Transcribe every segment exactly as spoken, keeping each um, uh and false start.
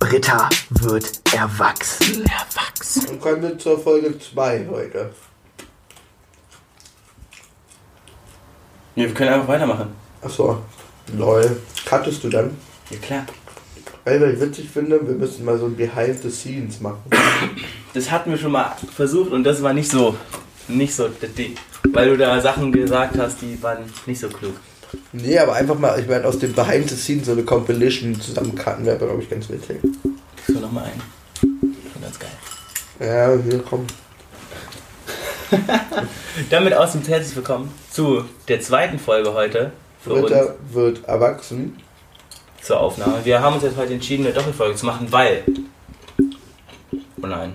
Britta wird erwachsen. Erwachsen. Dann kommen wir zur Folge zwei heute. Ja, wir können einfach weitermachen. Achso, lol. Cuttest du dann? Ja, klar. Weil, weil ich witzig finde, wir müssen mal so ein Behind the Scenes machen. Das hatten wir schon mal versucht und das war nicht so, nicht so das Ding. Weil du da Sachen gesagt hast, die waren nicht so klug. Nee, aber einfach mal, ich meine, aus dem Behind the Scenes so eine Compilation zusammencutten wäre, glaube ich, ganz witzig. Ich will nochmal ein. Schon ganz geil. Ja, hier, komm. Damit aus dem herzlich willkommen zu der zweiten Folge heute. Für Britta uns wird erwachsen. zur Aufnahme. Wir haben uns jetzt heute entschieden, eine Doppelfolge zu machen, weil... Oh nein.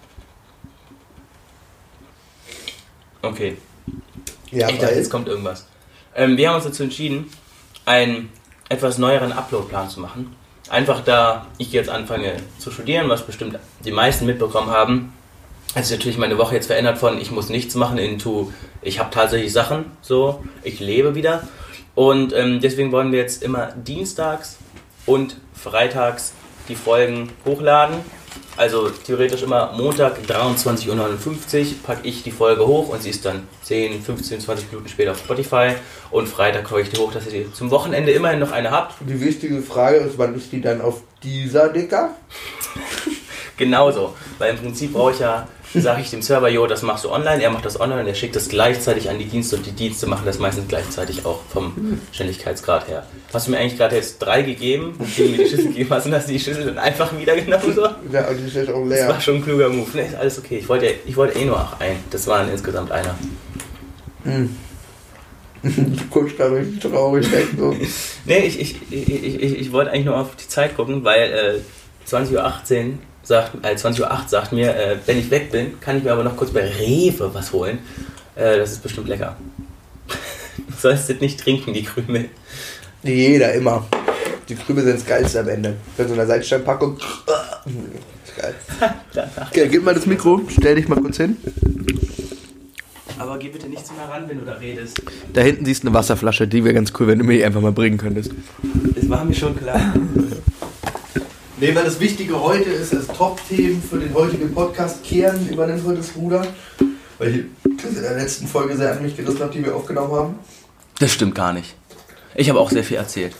Okay. Ja, Ich dachte, jetzt kommt irgendwas. Ähm, wir haben uns dazu entschieden, einen etwas neueren Upload-Plan zu machen. Einfach da ich jetzt anfange zu studieren, was bestimmt die meisten mitbekommen haben, hat sich natürlich meine Woche jetzt verändert von ich muss nichts machen into ich habe tatsächlich Sachen, so, ich lebe wieder. Und ähm, deswegen wollen wir jetzt immer dienstags und freitags die Folgen hochladen. Also theoretisch immer Montag dreiundzwanzig Uhr neunundfünfzig packe ich die Folge hoch und sie ist dann zehn, fünfzehn, zwanzig Minuten später auf Spotify und Freitag packe ich die hoch, dass ihr zum Wochenende immerhin noch eine habt. Die wichtige Frage ist, wann ist die dann auf dieser, Dicker? Genauso, weil im Prinzip brauche ich ja, sage ich dem Server, jo, das machst du online, er macht das online und er schickt das gleichzeitig an die Dienste und die Dienste machen das meistens gleichzeitig auch vom Schnelligkeitsgrad her. Hast du mir eigentlich gerade jetzt drei gegeben, die du mir die Schüssel gegeben hast und hast du die Schüssel dann einfach wieder genommen so? Ja, und die ist jetzt auch leer. Das war schon ein kluger Move. Ne, ist alles okay. Ich wollte, ich wollte eh nur ein. Das waren insgesamt einer. Hm. Du guckst gerade richtig traurig weg. So. Nee, ich, ich, ich, ich, ich wollte eigentlich nur auf die Zeit gucken, weil äh, zwanzig Uhr achtzehn sagt, äh, zwanzig Uhr acht sagt mir, äh, wenn ich weg bin, kann ich mir aber noch kurz bei Rewe was holen. Äh, das ist bestimmt lecker. Du sollst das nicht trinken, die Krümel. Jeder, immer. Die Krümel sind das Geilste am Ende. Für so eine Seitensteinpackung. Das ist geil. Okay, gib mal das Mikro, stell dich mal kurz hin. Aber geh bitte nicht zu nah ran, wenn du da redest. Da hinten siehst du eine Wasserflasche, die wäre ganz cool, wenn du mir die einfach mal bringen könntest. Das war mir schon klar. Nee, weil das Wichtige heute ist, das Top-Themen für den heutigen Podcast. Kehren übernimmt heute das Ruder. Weil ich das in der letzten Folge sehr an mich gerissen habe, die wir aufgenommen haben. Das stimmt gar nicht. Ich habe auch sehr viel erzählt.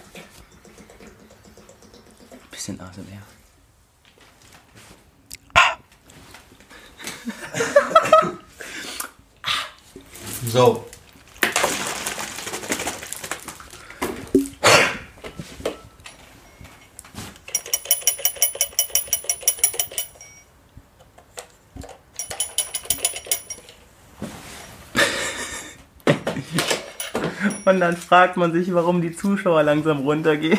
Bisschen A S M R. So. Und dann fragt man sich, warum die Zuschauer langsam runtergehen.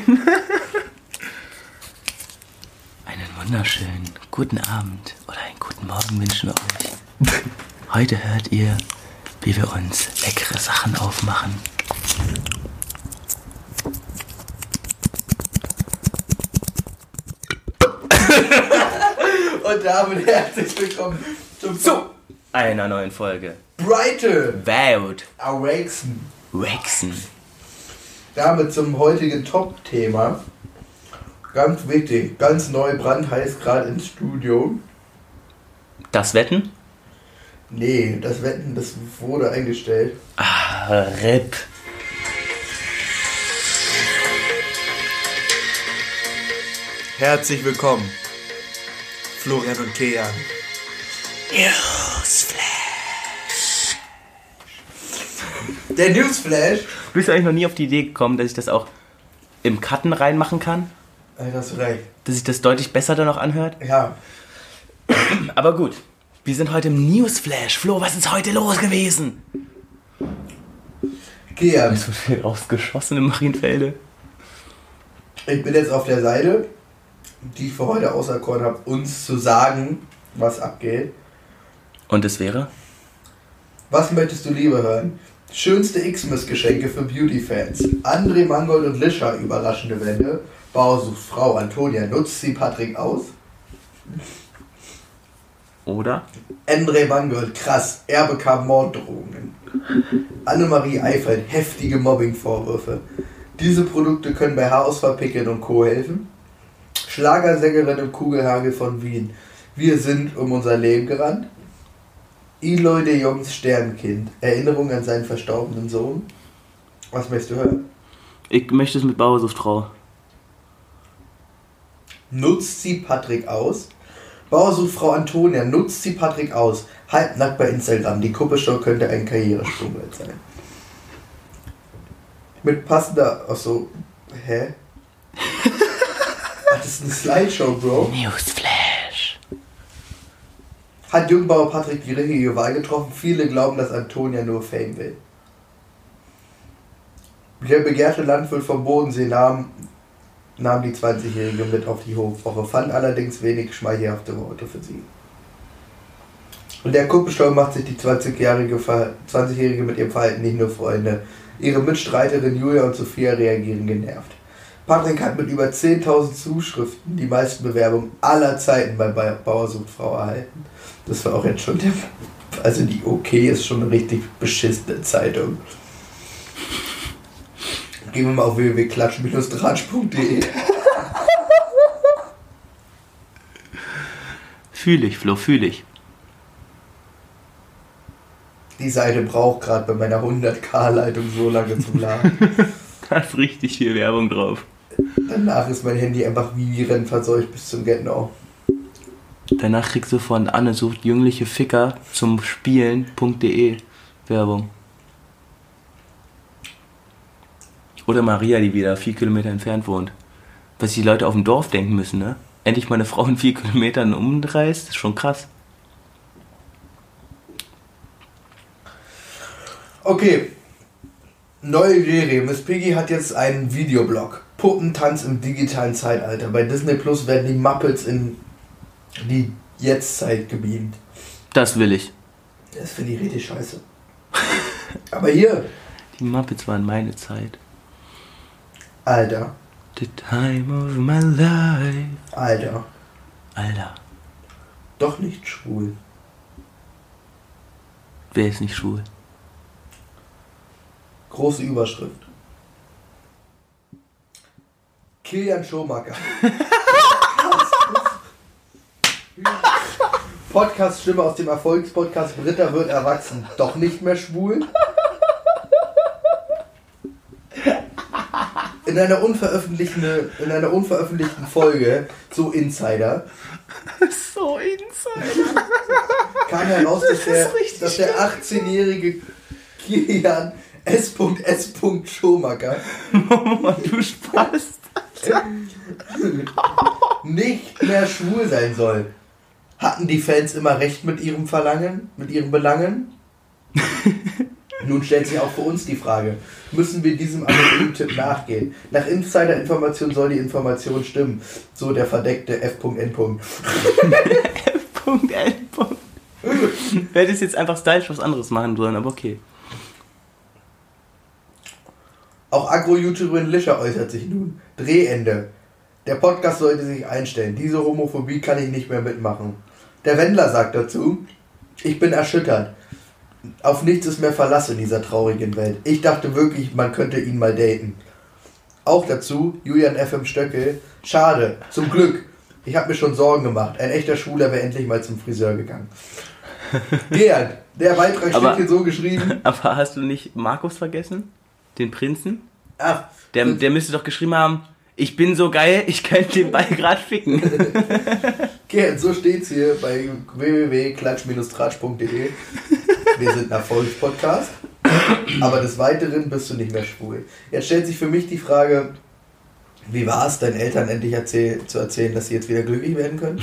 Einen wunderschönen guten Abend oder einen guten Morgen wünschen wir euch. Heute hört ihr, wie wir uns leckere Sachen aufmachen. Und damit herzlich willkommen zum Zu einer neuen Folge. Brighter Wout Erwachsen. Wachsen. Damit zum heutigen Top-Thema. Ganz wichtig, ganz neu, brandheiß gerade ins Studio. Das Wetten? Nee, das Wetten, das wurde eingestellt. Ah, R I P. Herzlich willkommen, Florian und Kean. Newsflash. Der Newsflash. Bist du eigentlich noch nie auf die Idee gekommen, dass ich das auch im Cutten reinmachen kann? Alter, hast du recht. Dass sich das deutlich besser dann noch anhört? Ja. Aber gut, wir sind heute im Newsflash. Flo, was ist heute los gewesen? Kean, Bist du viel rausgeschossen im Marienfelde? ich bin jetzt auf der Seite, die ich für heute auserkoren habe, uns zu sagen, was abgeht. Und es wäre? Was möchtest du lieber hören? Schönste Xmas-Geschenke für Beauty-Fans. André Mangold und Lischa überraschende Wende. Bauer sucht Frau. Antonia nutzt sie Patrick aus. Oder? André Mangold, krass, er bekam Morddrohungen. Annemarie Eifeld, heftige Mobbing-Vorwürfe. Diese Produkte können bei Haarausfall, Pickeln und Co. helfen. Schlagersängerin im Kugelhagel von Wien. Wir sind um unser Leben gerannt. Eloy de Jongs Sternkind. Erinnerung an seinen verstorbenen Sohn. Was möchtest du hören? Ich möchte es mit Bauersuchtfrau. Nutzt sie Patrick aus? Bauersuchtfrau Antonia, nutzt sie Patrick aus? Halbnackt bei Instagram. Die Kuppelshow könnte ein Karrieresprung sein. Mit passender... Achso... Hä? Ach, das ist eine Slideshow, Bro. Newsflash. Hat Jungbauer Patrick die richtige Wahl getroffen? Viele glauben, dass Antonia nur Fame will. Der begehrte Landwirt vom Bodensee nahm, nahm die zwanzigjährige mit auf die Hofwoche, fand allerdings wenig schmeichelhafte Worte für sie. Und der Kuppelstau macht sich die zwanzigjährige zwanzigjährige mit ihrem Verhalten nicht nur Freunde. Ihre Mitstreiterin Julia und Sophia reagieren genervt. Patrick hat mit über zehntausend Zuschriften die meisten Bewerbungen aller Zeiten bei Bauersuchtfrau erhalten. Das war auch jetzt schon der... Also die OK ist schon eine richtig beschissene Zeitung. Gehen wir mal auf w w w punkt klatsch Bindestrich tratsch punkt de. Fühl ich, Flo, fühl ich. Die Seite braucht gerade bei meiner hundert-K-Leitung so lange zum Laden. Da ist richtig viel Werbung drauf. Danach ist mein Handy einfach virenn verseucht bis zum Get-No. Danach kriegst du von Anne sucht jüngliche Ficker zum Spielen.de Werbung. Oder Maria, die wieder vier Kilometer entfernt wohnt. Was die Leute auf dem Dorf denken müssen, ne? Endlich mal eine Frau in vier Kilometern umreist, ist schon krass. Okay. Neue Serie. Miss Piggy hat jetzt einen Videoblog. Puppentanz im digitalen Zeitalter. Bei Disney Plus werden die Muppets in die Jetztzeit gebeamt. Das will ich. Das finde ich richtig scheiße. Aber hier. Die Muppets waren meine Zeit. Alter. The time of my life. Alter. Alter. Doch nicht schwul. Wer ist nicht schwul? Große Überschrift. Kilian Schumacher. Podcast-Stimme aus dem Erfolgspodcast Britta wird erwachsen. Doch nicht mehr schwul. In einer unveröffentlichten, in einer unveröffentlichten Folge, so Insider, So Insider. kam heraus, dass der, Das ist richtig dass der achtzehnjährige Kilian S. S. Schumacher Mama, du Spaß. nicht mehr schwul sein soll. Hatten die Fans immer recht mit ihrem Verlangen, mit ihren Belangen? Nun stellt sich auch für uns die Frage, müssen wir diesem anonymen Tipp nachgehen? Nach Insider-Information soll die Information stimmen, so der verdeckte F N F N Du hättest jetzt einfach stylisch was anderes machen sollen, aber okay. Auch Agro-YouTuberin Lisha äußert sich nun. Drehende. Der Podcast sollte sich einstellen. Diese Homophobie kann ich nicht mehr mitmachen. Der Wendler sagt dazu, ich bin erschüttert. Auf nichts ist mehr Verlass in dieser traurigen Welt. Ich dachte wirklich, man könnte ihn mal daten. Auch dazu, Julian F M Stöckel, schade, zum Glück. Ich habe mir schon Sorgen gemacht. Ein echter Schwuler wäre endlich mal zum Friseur gegangen. Gerd, der Beitrag Aber- steht hier so geschrieben. Aber hast du nicht Markus vergessen? Den Prinzen? Ach, Der, der müsste doch geschrieben haben, ich bin so geil, ich könnte den Ball grad ficken. Gerd, so steht's hier bei w w w punkt klatsch Bindestrich tratsch punkt de. Wir sind ein Erfolgspodcast, aber des Weiteren bist du nicht mehr schwul. Jetzt stellt sich für mich die Frage, wie war es, deinen Eltern endlich erzähl- zu erzählen, dass sie jetzt wieder glücklich werden können?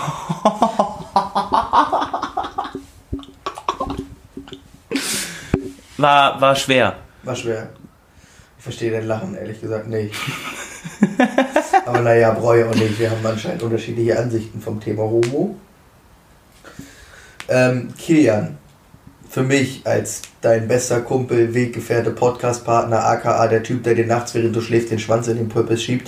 War, war schwer. War schwer. Ich verstehe dein Lachen, ehrlich gesagt, nicht. Aber naja, brauche ich auch nicht. Wir haben anscheinend unterschiedliche Ansichten vom Thema Homo. Ähm, Kilian, für mich als dein bester Kumpel, Weggefährte, Podcastpartner, aka der Typ, der dir nachts, während du schläfst, den Schwanz in den Pöppes schiebt.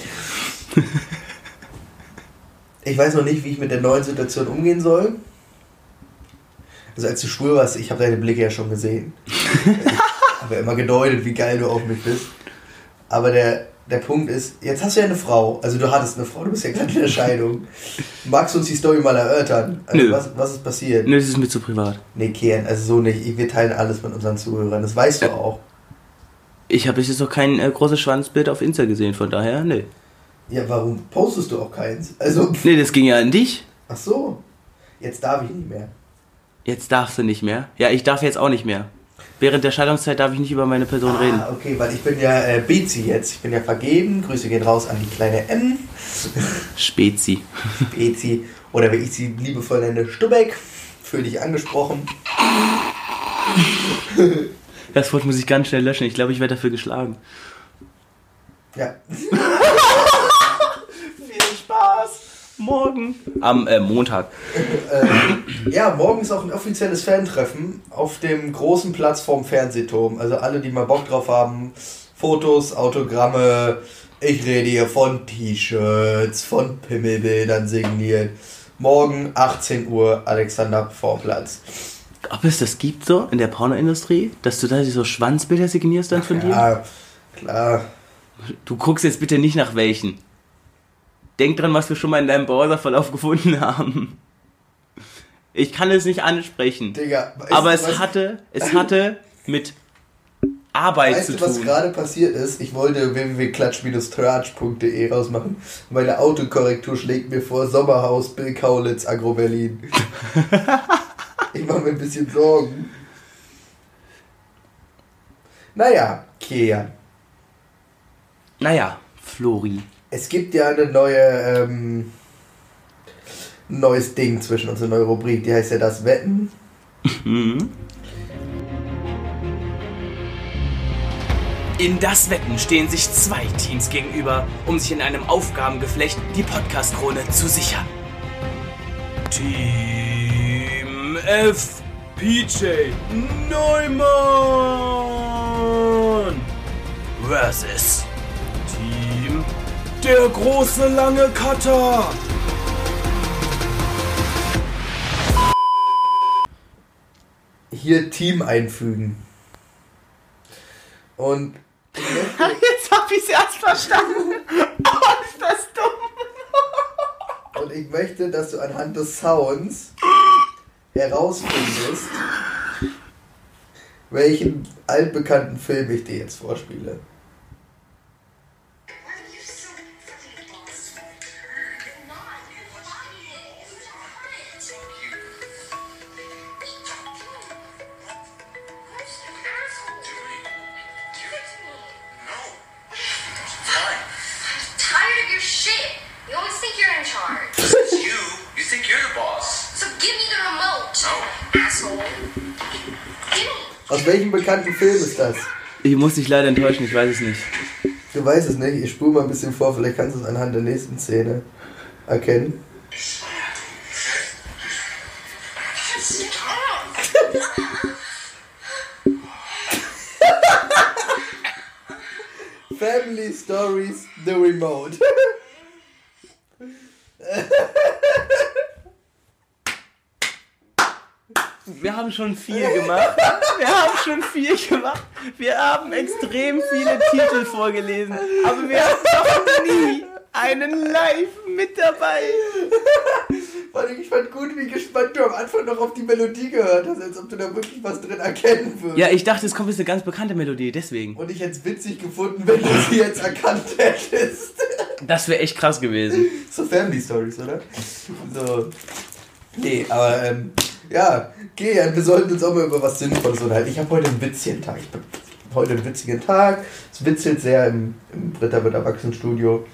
Ich weiß noch nicht, wie ich mit der neuen Situation umgehen soll. Also als du schwul warst, ich habe deine Blicke ja schon gesehen. Ich habe ja immer gedeutet, wie geil du auf mich bist. Aber der der Punkt ist, jetzt hast du ja eine Frau, also du hattest eine Frau, du bist ja gerade in der Scheidung. Magst du uns die Story mal erörtern? Also Nö. Was, was ist passiert? Nö, das ist mir zu privat. Nee, Kian, also so nicht. Wir teilen alles mit unseren Zuhörern, das weißt du auch. Ich habe bis jetzt noch kein äh, großes Schwanzbild auf Insta gesehen, von daher, nee. Ja, warum postest du auch keins? Also, Nee, das ging ja an dich. ach so, jetzt darf ich nicht mehr. Jetzt darfst du nicht mehr. Ja, ich darf jetzt auch nicht mehr. Während der Scheidungszeit darf ich nicht über meine Person reden. Ah, okay, weil ich bin ja äh, Bezi jetzt. Ich bin ja vergeben. Grüße gehen raus an die kleine M. Spezi. Bezi. Oder wie ich sie liebevoll nenne, Stubbeck. Fühl dich angesprochen. Das Wort muss ich ganz schnell löschen. Ich glaube, ich werde dafür geschlagen. Ja. Viel Spaß. Morgen. Am äh, Montag. ähm, ja, morgen ist auch ein offizielles Fantreffen auf dem großen Platz vorm Fernsehturm. Also alle, die mal Bock drauf haben. Fotos, Autogramme. Ich rede hier von T-Shirts, von Pimmelbildern signiert. Morgen achtzehn Uhr, Alexander-Vorplatz. Ob es das gibt so in der Pornoindustrie? Dass du da so Schwanzbilder signierst dann von dir? Ja, klar. Du guckst jetzt bitte nicht nach welchen. Denk dran, was wir schon mal in deinem Browserverlauf gefunden haben. Ich kann es nicht ansprechen. Digga, weißt aber du, es was, hatte, es hatte mit Arbeit weißt zu du, tun. was gerade passiert ist? Ich wollte w w w punkt klatsch Bindestrich tratsch punkt de rausmachen. Meine Autokorrektur schlägt mir vor Sommerhaus, Bill Kaulitz, Agro Berlin. Ich mache mir ein bisschen Sorgen. Naja, Kian. Naja, Flori. Es gibt ja eine neue, ähm, ein neues Ding zwischen uns, eine neue Rubrik, die heißt ja das Wetten. Mhm. In das Wetten stehen sich zwei Teams gegenüber, um sich in einem Aufgabengeflecht die Podcast-Krone zu sichern. Team F, P J Neumann versus Team Der große lange Cutter. Hier Team einfügen. Und Jetzt hab ich's erst verstanden. Oh, ist das dumm. Und ich möchte, dass du anhand des Sounds herausfindest, welchen altbekannten Film ich dir jetzt vorspiele. Aus welchem bekannten Film ist das? Ich muss dich leider enttäuschen, ich weiß es nicht. Du weißt es nicht, ich spule mal ein bisschen vor, vielleicht kannst du es anhand der nächsten Szene erkennen. Family Stories, The Remote. Wir haben schon viel gemacht. Wir haben schon viel gemacht. Wir haben extrem viele Titel vorgelesen. Aber wir haben noch nie einen Live mit dabei. Ich fand gut, wie gespannt du am Anfang noch auf die Melodie gehört hast, als ob du da wirklich was drin erkennen würdest. Ja, ich dachte, es kommt jetzt eine ganz bekannte Melodie, deswegen. Und ich hätte es witzig gefunden, wenn du sie jetzt erkannt hättest. Das wäre echt krass gewesen. So Family Stories, oder? So. Nee, aber ähm, ja, okay, wir sollten uns auch mal über was Sinnvolles unterhalten. Ich habe heute einen witzigen Tag. Ich habe heute einen witzigen Tag. Es witzelt sehr im, im Britta wird Erwachsenenstudio.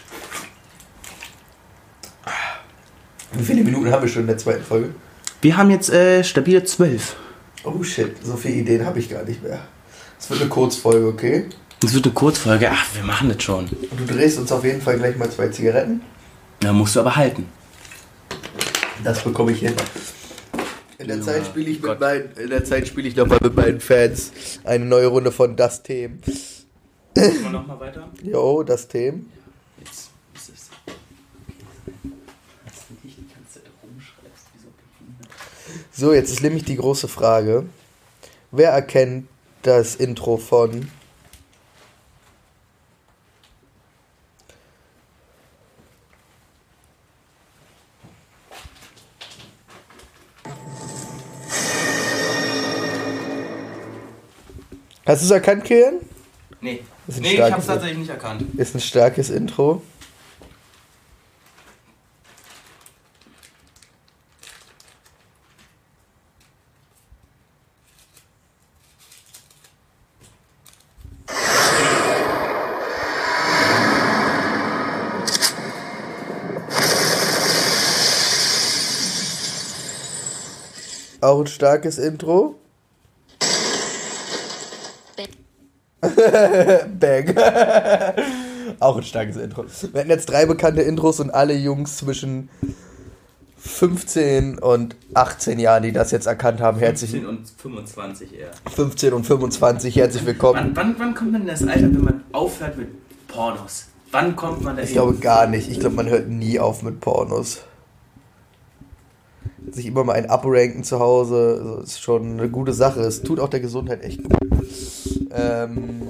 Wie viele Minuten haben wir schon in der zweiten Folge? Wir haben jetzt äh, stabile zwölf. Oh shit, so viele Ideen habe ich gar nicht mehr. Es wird eine Kurzfolge, okay? Das wird eine Kurzfolge. Ach, wir machen das schon. Und du drehst uns auf jeden Fall gleich mal zwei Zigaretten. Da musst du aber halten. Das bekomme ich hin. In der Ja, Zeit spiele ich mit Gott. meinen, in der Zeit spiele ich nochmal mit meinen Fans eine neue Runde von Das Theme. Machen wir nochmal weiter? Jo, Das Theme. Jetzt ist es. Was du nicht die ganze Zeit rumschreibst, wie so behindert. So, jetzt ist nämlich die große Frage. Wer erkennt das Intro von Hast du es erkannt, Kian? Nee, Ist ein nee ich starkes- hab's tatsächlich nicht erkannt. Ist ein starkes Intro. Auch ein starkes Intro. Bang. Auch ein starkes Intro. Wir hatten jetzt drei bekannte Intros und alle Jungs zwischen fünfzehn und achtzehn Jahren, die das jetzt erkannt haben, herzlich fünfzehn und fünfundzwanzig eher. fünfzehn und fünfundzwanzig, herzlich willkommen. Wann, wann, wann kommt man in das Alter, wenn man aufhört mit Pornos? Wann kommt man da Ich glaube gar nicht. Ich glaube, man hört nie auf mit Pornos. Sich immer mal ein abranken zu Hause, also ist schon eine gute Sache. Es tut auch der Gesundheit echt gut. Ähm,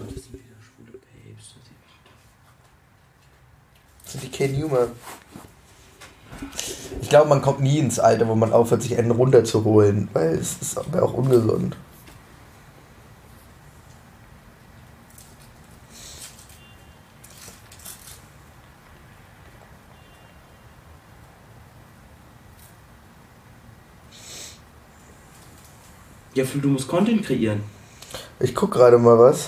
das sind die K. Newman. Ich glaube, man kommt nie ins Alter, wo man aufhört, sich einen runterzuholen, weil es ist auch ungesund. Ja, du musst Content kreieren. Ich guck gerade mal was.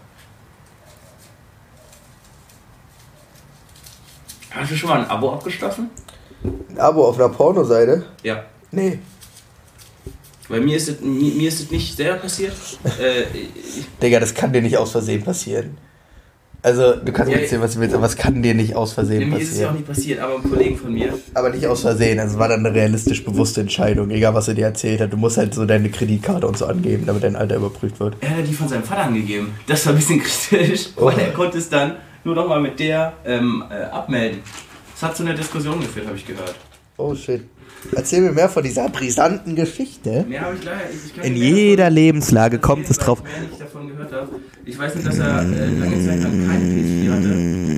Hast du schon mal ein Abo abgeschlossen? Ein Abo auf einer Pornoseite? Ja. Nee. Bei mir ist es, mir, mir ist es nicht selber passiert. äh, ich, Digga, das kann dir nicht aus Versehen passieren. Also, du kannst Ja, mir erzählen, was du willst, aber es kann dir nicht aus Versehen mir ist es ja auch passieren. nicht passiert, aber ein Kollegen von mir. Aber nicht aus Versehen, also es war dann eine realistisch bewusste Entscheidung, egal was er dir erzählt hat. Du musst halt so deine Kreditkarte und so angeben, damit dein Alter überprüft wird. Er hat die von seinem Vater angegeben. Das war ein bisschen kritisch, Oh. weil er konnte es dann nur noch mal mit der ähm, äh, abmelden. Das hat zu einer Diskussion geführt, habe ich gehört. Oh shit. Erzähl mir mehr von dieser brisanten Geschichte. Mehr habe ich leider. Ich kann In nicht mehr jeder davon- Lebenslage ich kann kommt nicht es drauf. mehr nicht davon gehört habe. Ich weiß nicht, dass er äh, lange Zeit lang kein P S vier hatte.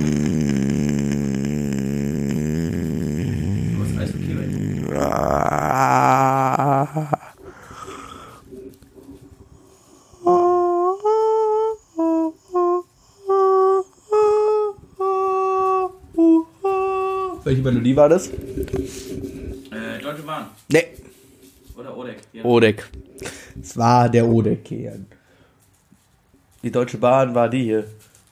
Aber ist alles okay bei dir? Welche Melodie war das? Äh, Deutsche Bahn. Nee. Oder Odeck. Ja. Odeck. Es war der Odeck-Kern. Die Deutsche Bahn war die hier.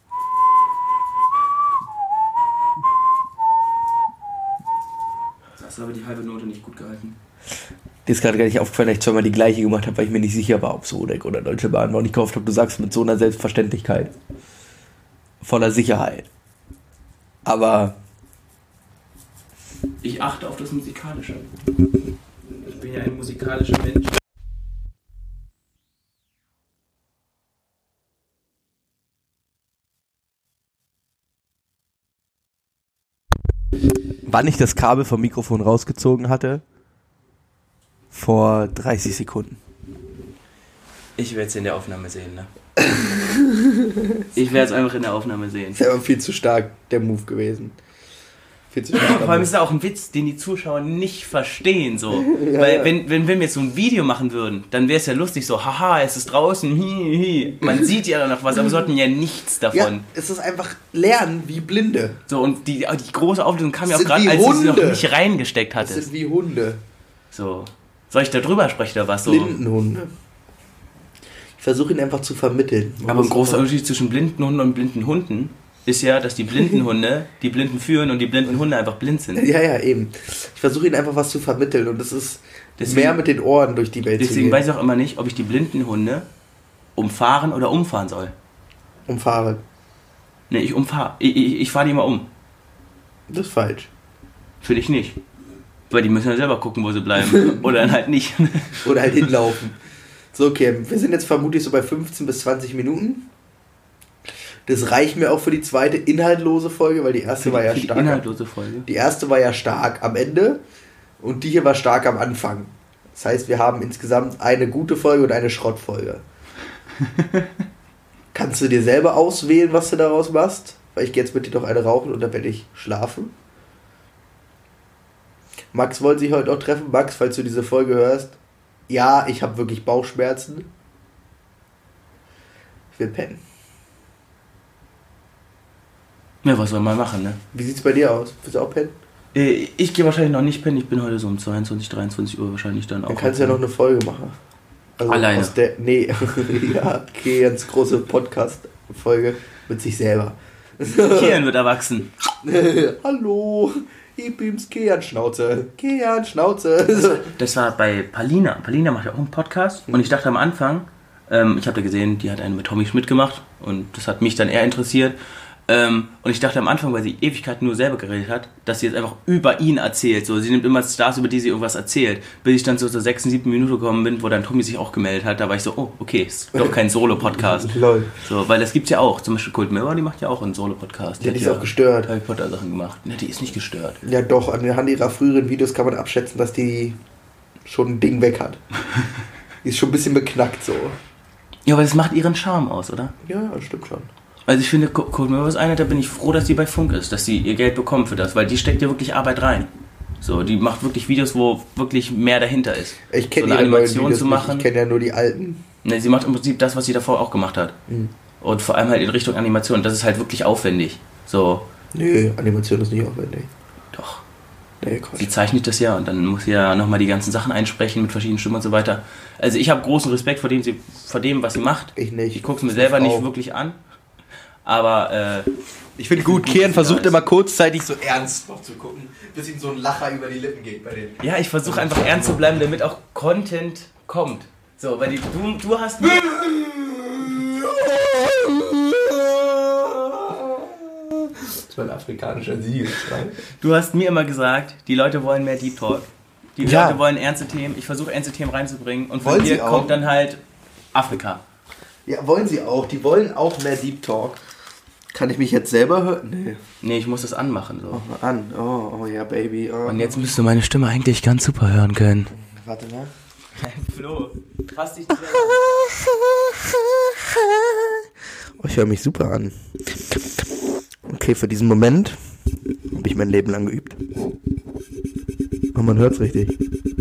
Das hast du aber die halbe Note nicht gut gehalten. Dir ist gerade gar nicht aufgefallen, dass ich zweimal die gleiche gemacht habe, weil ich mir nicht sicher war, ob es Odeck oder Deutsche Bahn war. Und ich gehofft habe, du sagst mit so einer Selbstverständlichkeit. Voller Sicherheit. Aber Ich achte auf das Musikalische. Ich bin ja ein musikalischer Mensch. wann ich das Kabel vom Mikrofon rausgezogen hatte? Vor dreißig Sekunden. Ich werde es in der Aufnahme sehen, ne? Ich werde es einfach in der Aufnahme sehen. Das ist aber viel zu stark der Move gewesen. Viel zu stark. Vor allem ist es auch ein Witz, den die Zuschauer nicht verstehen, so. Ja, weil, ja. Wenn, wenn, wenn wir jetzt so ein Video machen würden, dann wäre es ja lustig, so, haha, es ist draußen, hi, hi. Man sieht ja noch was, aber wir sollten ja nichts davon. Ja, es ist einfach Lernen wie Blinde. So, und die, die große Auflösung kam ja auch Sind gerade, wie als du sie Hunde. noch nicht reingesteckt Das hattest. sind wie Hunde. So. Soll ich da drüber sprechen oder was? So? Blindenhunde. Ich versuche ihn einfach zu vermitteln. Man Aber ein muss großer einfach- Unterschied zwischen blinden Hunden und blinden Hunden ist ja, dass die blinden Hunde die Blinden führen und die blinden Hunde einfach blind sind. Ja, ja, eben. Ich versuche ihnen einfach was zu vermitteln und das ist Deswegen- mehr mit den Ohren durch die Welt zu Deswegen gehen. weiß ich auch immer nicht, ob ich die blinden Hunde umfahren oder umfahren soll. Umfahren. Ne, ich umfahre. Ich, ich, ich fahre die immer um. Das ist falsch. Finde ich nicht. Weil die müssen ja selber gucken, wo sie bleiben. Oder dann halt nicht. Oder halt hinlaufen. So, okay, wir sind jetzt vermutlich so bei fünfzehn bis zwanzig Minuten. Das reicht mir auch für die zweite inhaltlose Folge, weil die erste war ja Für die stark. inhaltlose Folge. Die erste war ja stark am Ende und die hier war stark am Anfang. Das heißt, wir haben insgesamt eine gute Folge und eine Schrottfolge. Kannst du dir selber auswählen, was du daraus machst? Weil ich gehe jetzt mit dir doch eine rauchen und dann werde ich schlafen. Max wollte sich heute auch treffen. Max, falls du diese Folge hörst, ja, ich habe wirklich Bauchschmerzen. Ich will pennen. Ja, was soll man machen, ne? Wie sieht's bei dir aus? Willst du auch pennen? Ich gehe wahrscheinlich noch nicht pennen. Ich bin heute so um zweiundzwanzig, dreiundzwanzig Uhr wahrscheinlich dann auch. Dann kannst du ja noch eine Folge machen. Also alleine? Aus der, nee, ja, okay, ganz große Podcast-Folge mit sich selber. Kian wird erwachsen. Hallo, ich bin's, Kian Schnauze. Kian Schnauze. Das war bei Palina. Palina macht ja auch einen Podcast. Und ich dachte am Anfang, ähm, ich habe da gesehen, die hat eine mit Tommy Schmidt gemacht. Und das hat mich dann eher interessiert. Ähm, und ich dachte am Anfang, weil sie Ewigkeiten nur selber geredet hat, dass sie jetzt einfach über ihn erzählt. So, sie nimmt immer Stars, über die sie irgendwas erzählt. Bis ich dann so zur sechsten, siebten Minute gekommen bin, wo dann Tommy sich auch gemeldet hat, da war ich so, oh, okay, ist doch kein Solo-Podcast. Lol. So, weil das gibt's ja auch. Zum Beispiel Kult Mirror, die macht ja auch einen Solo-Podcast. Ja, die ist auch gestört. Harry Potter Sachen gemacht. Ja, die ist nicht gestört. Ja doch, anhand ihrer früheren Videos kann man abschätzen, dass die schon ein Ding weg hat. Die ist schon ein bisschen beknackt so. Ja, aber das macht ihren Charme aus, oder? Ja, das stimmt schon. Also ich finde, Cold Mirror ist eine, da bin ich froh, dass die bei Funk ist, dass sie ihr Geld bekommt für das, weil die steckt ja wirklich Arbeit rein. So, die macht wirklich Videos, wo wirklich mehr dahinter ist. Ich kenne so eine Animation zu machen. Ich kenne ja nur die alten. Ne, sie macht im Prinzip das, was sie davor auch gemacht hat. Mhm. Und vor allem halt in Richtung Animation. Das ist halt wirklich aufwendig. So. Nö, Animation ist nicht aufwendig. Doch. Nee, Quatsch. Sie zeichnet das ja und dann muss sie ja nochmal die ganzen Sachen einsprechen mit verschiedenen Stimmen und so weiter. Also ich habe großen Respekt vor dem, sie, vor dem, was sie macht. Ich nicht. Ich gucke es mir selber nicht wirklich an. Aber äh, ich finde gut, Kian versucht immer kurzzeitig so ernst noch zu gucken, bis ihm so ein Lacher über die Lippen geht bei denen. Ja, ich versuche einfach ernst zu bleiben, damit auch Content kommt. So, weil die, du, du hast... Das war ein afrikanischer Siegesschrei. Du hast mir immer gesagt, die Leute wollen mehr Deep Talk. Die ja. Leute wollen ernste Themen. Ich versuche ernste Themen reinzubringen. Und wollen von dir kommt dann halt Afrika. Ja, wollen sie auch. Die wollen auch mehr Deep Talk. Kann ich mich jetzt selber hören? Nee. Nee, ich muss das anmachen. So. Oh, an. Oh, oh ja, Baby. Oh. Und jetzt müsstest du meine Stimme eigentlich ganz super hören können. Warte mal. Flo, fass dich selber. Oh, ich höre mich super an. Okay, für diesen Moment habe ich mein Leben lang geübt. Oh, man hört's richtig.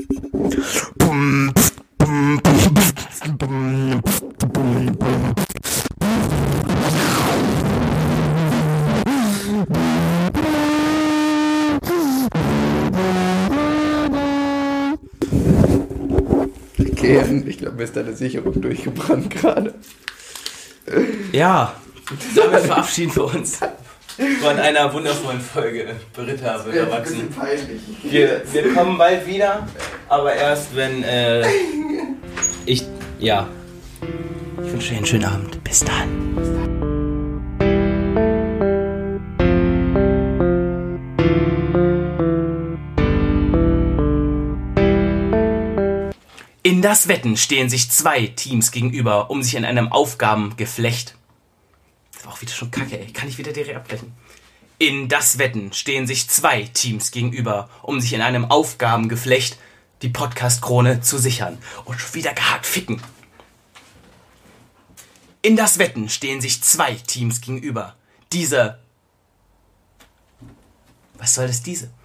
Okay, ich glaube, mir ist deine Sicherung durchgebrannt gerade. Ja, damit verabschieden wir uns von einer wundervollen Folge Britta wird erwachsen. Wir, wir kommen bald wieder, aber erst wenn äh, ich, ja, ich wünsche dir einen schönen Abend. Bis dann. In das Wetten stehen sich zwei Teams gegenüber, um sich in einem Aufgabengeflecht... Das war auch wieder schon kacke, ey. Kann ich wieder direkt abbrechen. In das Wetten stehen sich zwei Teams gegenüber, um sich in einem Aufgabengeflecht die Podcast-Krone zu sichern. Und schon wieder gehakt ficken. In das Wetten stehen sich zwei Teams gegenüber. Diese... Was soll das diese?